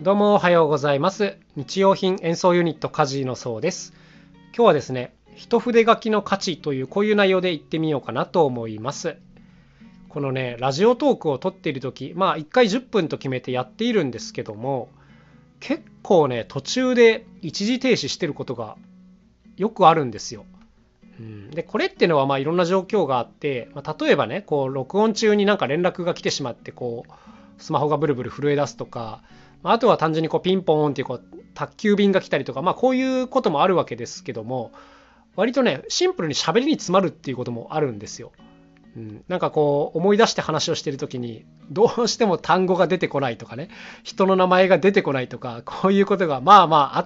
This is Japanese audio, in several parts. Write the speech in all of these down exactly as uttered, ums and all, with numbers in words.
どうもおはようございます。日用品演奏ユニットカジのそうです。今日はですね、一筆書きの価値というこういう内容で言ってみようかなと思います。このね、ラジオトークを撮っている時、まあいっかいじゅっぷんと決めてやっているんですけども、結構ね、途中で一時停止してることがよくあるんですよ。うん、でこれっていうのはまあいろんな状況があって、まあ、例えばね、こう録音中になんか連絡が来てしまって、こうスマホがブルブル震え出すとか、あとは単純にこうピンポーンっていうこう宅急便が来たりとか、まあこういうこともあるわけですけども、割とねシンプルに喋りに詰まるっていうこともあるんですよ。うん、なんかこう思い出して話をしてる時にどうしても単語が出てこないとかね、人の名前が出てこないとか、こういうことがまあまああって、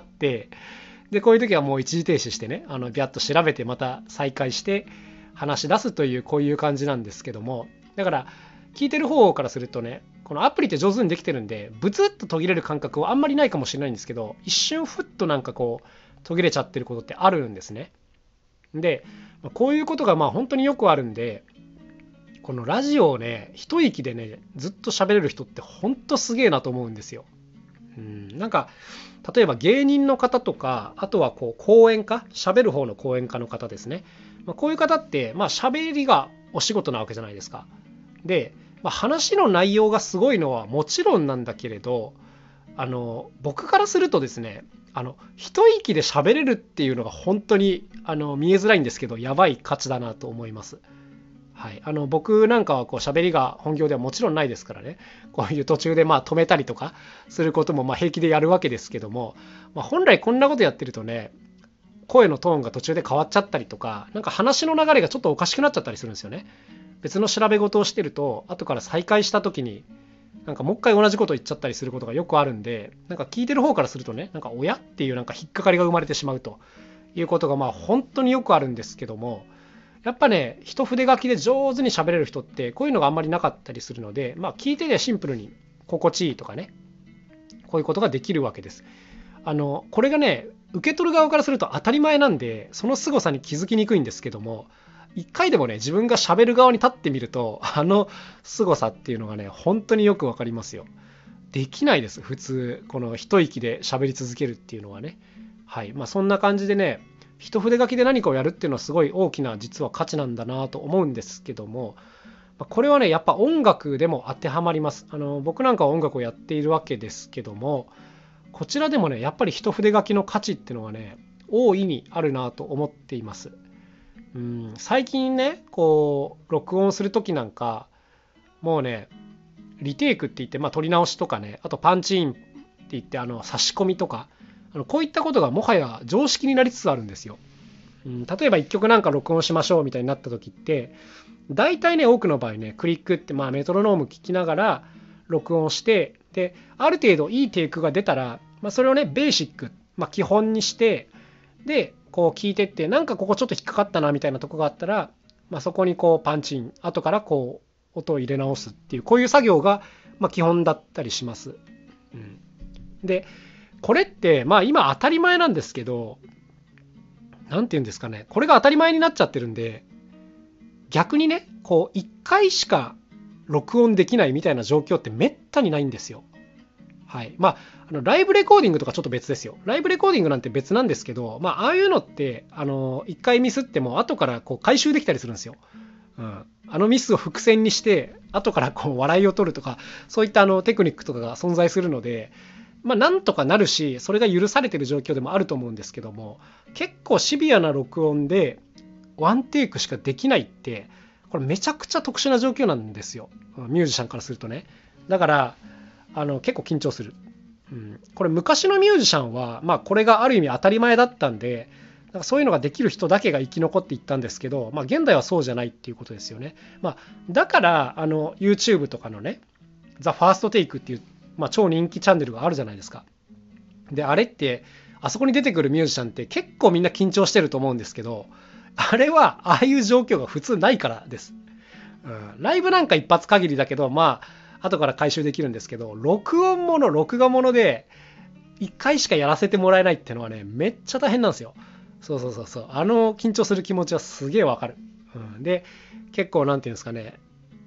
でこういう時はもう一時停止してね、あのビャッと調べてまた再開して話し出すという、こういう感じなんですけども、だから聞いてる方からするとね、このアプリって上手にできてるんでブツッと途切れる感覚はあんまりないかもしれないんですけど、一瞬ふっとなんかこう途切れちゃってることってあるんですね。でこういうことがまあ本当によくあるんで、このラジオをね一息でねずっと喋れる人って本当すげえなと思うんですよ。うん、なんか例えば芸人の方とか、あとはこう講演家、喋る方の講演家の方ですね、まあ、こういう方ってまあ喋りがお仕事なわけじゃないですか。で、まあ、話の内容がすごいのはもちろんなんだけれど、あの僕からするとですね、あの一息で喋れるっていうのが本当にあの見えづらいんですけど、やばい価値だなと思います。はい、あの僕なんかはこう喋りが本業ではもちろんないですからね、こういう途中でまあ止めたりとかすることもまあ平気でやるわけですけども、まあ、本来こんなことやってるとね、声のトーンが途中で変わっちゃったりとか、なんか話の流れがちょっとおかしくなっちゃったりするんですよね。別の調べ事をしてると後から再開した時になんかもう一回同じこと言っちゃったりすることがよくあるんで、なんか聞いてる方からするとね、なんか親っていうなんか引っかかりが生まれてしまうということがまあ本当によくあるんですけども、やっぱね、一筆書きで上手に喋れる人ってこういうのがあんまりなかったりするので、まあ聞いててシンプルに心地いいとかね、こういうことができるわけです。あのこれがね、受け取る側からすると当たり前なんで、その凄さに気づきにくいんですけども、一回でもね自分が喋る側に立ってみると、あの凄さっていうのがね本当によくわかりますよ。できないです、普通この一息で喋り続けるっていうのはね。はい、まあそんな感じでね、一筆書きで何かをやるっていうのはすごい大きな実は価値なんだなと思うんですけども、これはねやっぱ音楽でも当てはまります。あの僕なんかは音楽をやっているわけですけども、こちらでもねやっぱり一筆書きの価値っていうのはね大いにあるなと思っています。うん、最近ねこう録音する時なんか、もうねリテイクって言って、まあ、撮り直しとかね、あとパンチインって言ってあの差し込みとか、あのこういったことがもはや常識になりつつあるんですよ。うん、例えばいっきょくなんか録音しましょうみたいになった時って、大体ね多くの場合ねクリックって、まあ、メトロノーム聞きながら録音して、である程度いいテイクが出たら、まあ、それをねベーシック、まあ、基本にして、でこう聞いてって、なんかここちょっと引っかかったなみたいなとこがあったら、まあ、そこにこうパンチイン、後からこう音を入れ直すっていう、こういう作業がまあ基本だったりします。うん、でこれってまあ今当たり前なんですけど、なんて言うんですかね、これが当たり前になっちゃってるんで、逆にねこういっかいしか録音できないみたいな状況ってめったにないんですよ。はい、まあ、あのライブレコーディングとかちょっと別ですよ。ライブレコーディングなんて別なんですけど、まあ、ああいうのってあのいっかいミスっても後からこう回収できたりするんですよ。うん、あのミスを伏線にして後からこう笑いを取るとか、そういったあのテクニックとかが存在するので、まあ、なんとかなるし、それが許されてる状況でもあると思うんですけども、結構シビアな録音でワンテイクしかできないって、これめちゃくちゃ特殊な状況なんですよ、ミュージシャンからするとね。だからあの結構緊張する。うん、これ昔のミュージシャンは、まあ、これがある意味当たり前だったんで、なんかそういうのができる人だけが生き残っていったんですけど、まあ、現代はそうじゃないっていうことですよね。まあ、だからあの YouTube とかのね、ザ・ファーストテイクっていう、まあ、超人気チャンネルがあるじゃないですか。であれってあそこに出てくるミュージシャンって結構みんな緊張してると思うんですけど、あれはああいう状況が普通ないからです。うん、ライブなんか一発限りだけど、まあ後から回収できるんですけど、録音もの録画ものでいっかいしかやらせてもらえないっていうのはねめっちゃ大変なんですよ。そうそうそうそう、あの緊張する気持ちはすげえわかる。うん、で結構なんていうんですかね、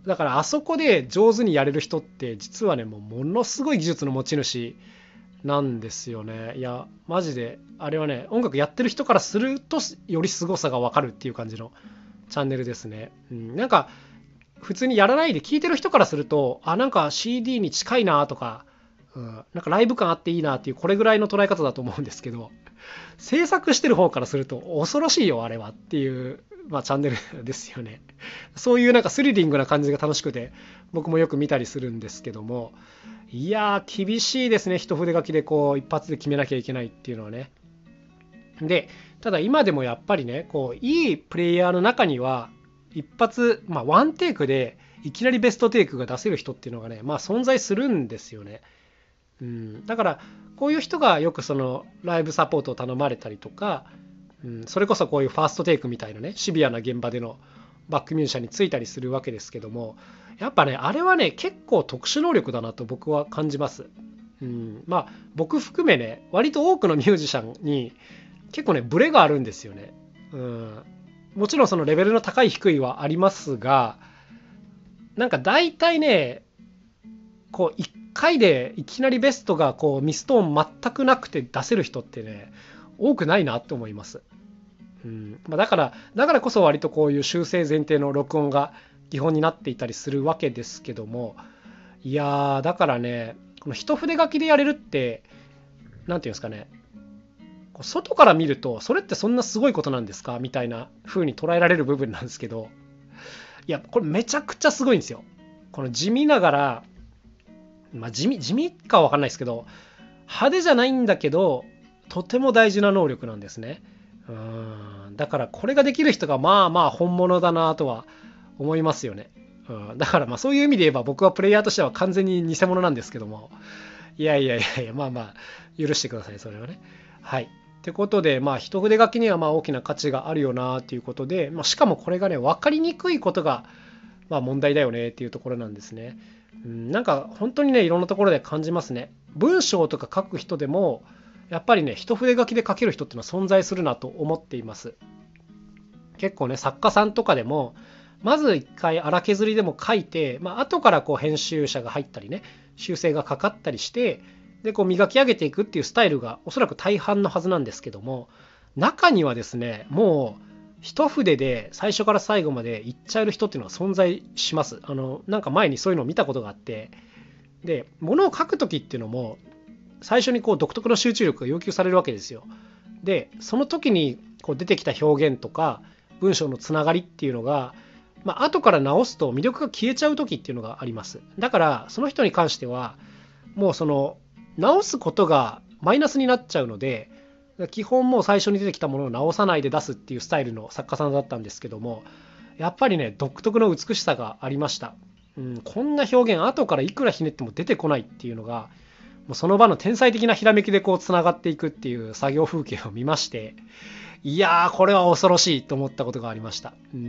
だからあそこで上手にやれる人って実はね、もうものすごい技術の持ち主なんですよね。いやマジであれはね、音楽やってる人からするとより凄さが分かるっていう感じのチャンネルですね。うん、なんか普通にやらないで聞いてる人からすると、あ、なんか シーディー に近いなとか、うん、なんかライブ感あっていいなっていう、これぐらいの捉え方だと思うんですけど、制作してる方からすると恐ろしいよあれはっていう、まあ、チャンネルですよね。そういうなんかスリリングな感じが楽しくて、僕もよく見たりするんですけども、いやー厳しいですね。一筆書きでこう一発で決めなきゃいけないっていうのはね。でただ今でもやっぱりね、こういいプレイヤーの中には一発、まあ、ワンテイクでいきなりベストテイクが出せる人っていうのがね、まあ、存在するんですよね。うん、だからこういう人がよくそのライブサポートを頼まれたりとか、うん、それこそこういうファーストテイクみたいなね、シビアな現場でのバックミュージシャンについたりするわけですけども、やっぱねあれはね結構特殊能力だなと僕は感じます。うん、まあ僕含めね、割と多くのミュージシャンに結構ねブレがあるんですよね。うん、もちろんそのレベルの高い低いはありますが、なんか大体ね、こういっかいでいきなりベストがこうミストーン全くなくて出せる人ってね多くないなって思います。うんまあ、だからだからこそ割とこういう修正前提の録音が基本になっていたりするわけですけども、いやーだからね、この一筆書きでやれるってなんていうんですかね、こう外から見るとそれってそんなすごいことなんですかみたいな風に捉えられる部分なんですけど、いやこれめちゃくちゃすごいんですよ。この地味ながら、まあ、地味地味かは分かんないですけど、派手じゃないんだけどとても大事な能力なんですね。うーんだからこれができる人がまあまあ本物だなとは思いますよね。うん、だからまあそういう意味で言えば僕はプレイヤーとしては完全に偽物なんですけども、いやいやいやいや、まあまあ許してくださいそれはね。はい。ってことで、まあ一筆書きにはまあ大きな価値があるよなということで、まあ、しかもこれがね分かりにくいことがまあ問題だよねっていうところなんですね。うん、なんか本当にねいろんなところで感じますね。文章とか書く人でもやっぱりね一筆書きで書ける人っていうのは存在するなと思っています。結構ね作家さんとかでもまず一回荒削りでも書いて、まあ後からこう編集者が入ったりね修正がかかったりしてでこう磨き上げていくっていうスタイルがおそらく大半のはずなんですけども、中にはですねもう一筆で最初から最後までいっちゃえる人っていうのは存在します。あのなんか前にそういうのを見たことがあって、で物を書く時っていうのも最初にこう独特の集中力が要求されるわけですよ。でその時にこう出てきた表現とか文章のつながりっていうのが、まあ後から直すと魅力が消えちゃう時っていうのがあります。だからその人に関してはもうその直すことがマイナスになっちゃうので、基本もう最初に出てきたものを直さないで出すっていうスタイルの作家さんだったんですけども、やっぱりね独特の美しさがありました。うん、こんな表現後からいくらひねっても出てこないっていうのがもうその場の天才的なひらめきでこうつながっていくっていう作業風景を見まして、いやーこれは恐ろしいと思ったことがありました。うん、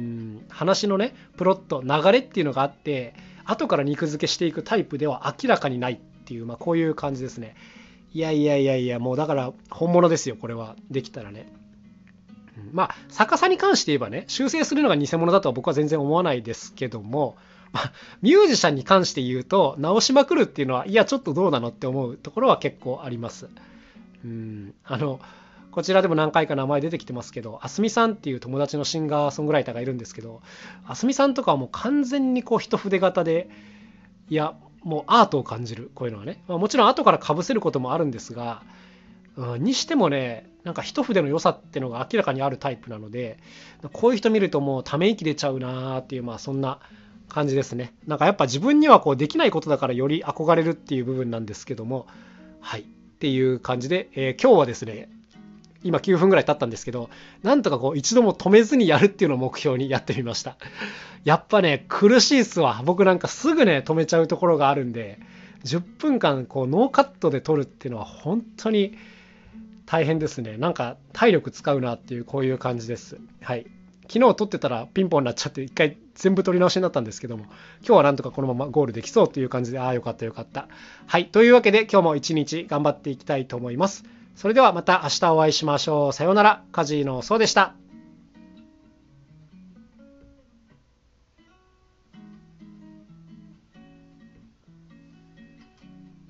話のねプロット流れっていうのがあって後から肉付けしていくタイプでは明らかにないっていう、まあ、こういう感じですね。いやいやいやいや、もうだから本物ですよこれはできたらね。うん、まあ作家さんに関して言えばね修正するのが偽物だとは僕は全然思わないですけども、まあ、ミュージシャンに関して言うと直しまくるっていうのはいやちょっとどうなのって思うところは結構あります。うんあのこちらでも何回か名前出てきてますけど、あすみさんっていう友達のシンガーソングライターがいるんですけど、あすみさんとかはもう完全にこう一筆型で、いやもうアートを感じるこういうのはね、まあ、もちろん後から被せることもあるんですが、うん、にしてもねなんか一筆の良さっていうのが明らかにあるタイプなので、こういう人見るともうため息出ちゃうなーっていう、まあそんな感じですね。なんかやっぱ自分にはこうできないことだからより憧れるっていう部分なんですけども、はいっていう感じで、えー今日はですね今きゅうふんぐらい経ったんですけど、なんとかこう一度も止めずにやるっていうのを目標にやってみました。やっぱね苦しいっすわ。僕なんかすぐね止めちゃうところがあるんで、じゅっぷんかんこうノーカットで撮るっていうのは本当に大変ですね。なんか体力使うなっていうこういう感じです。はい。昨日撮ってたらピンポンになっちゃって一回全部撮り直しになったんですけども、今日はなんとかこのままゴールできそうという感じで、ああよかったよかった。はい。というわけで今日も一日頑張っていきたいと思います。それではまた明日お会いしましょう。さようなら。カジノそうでした。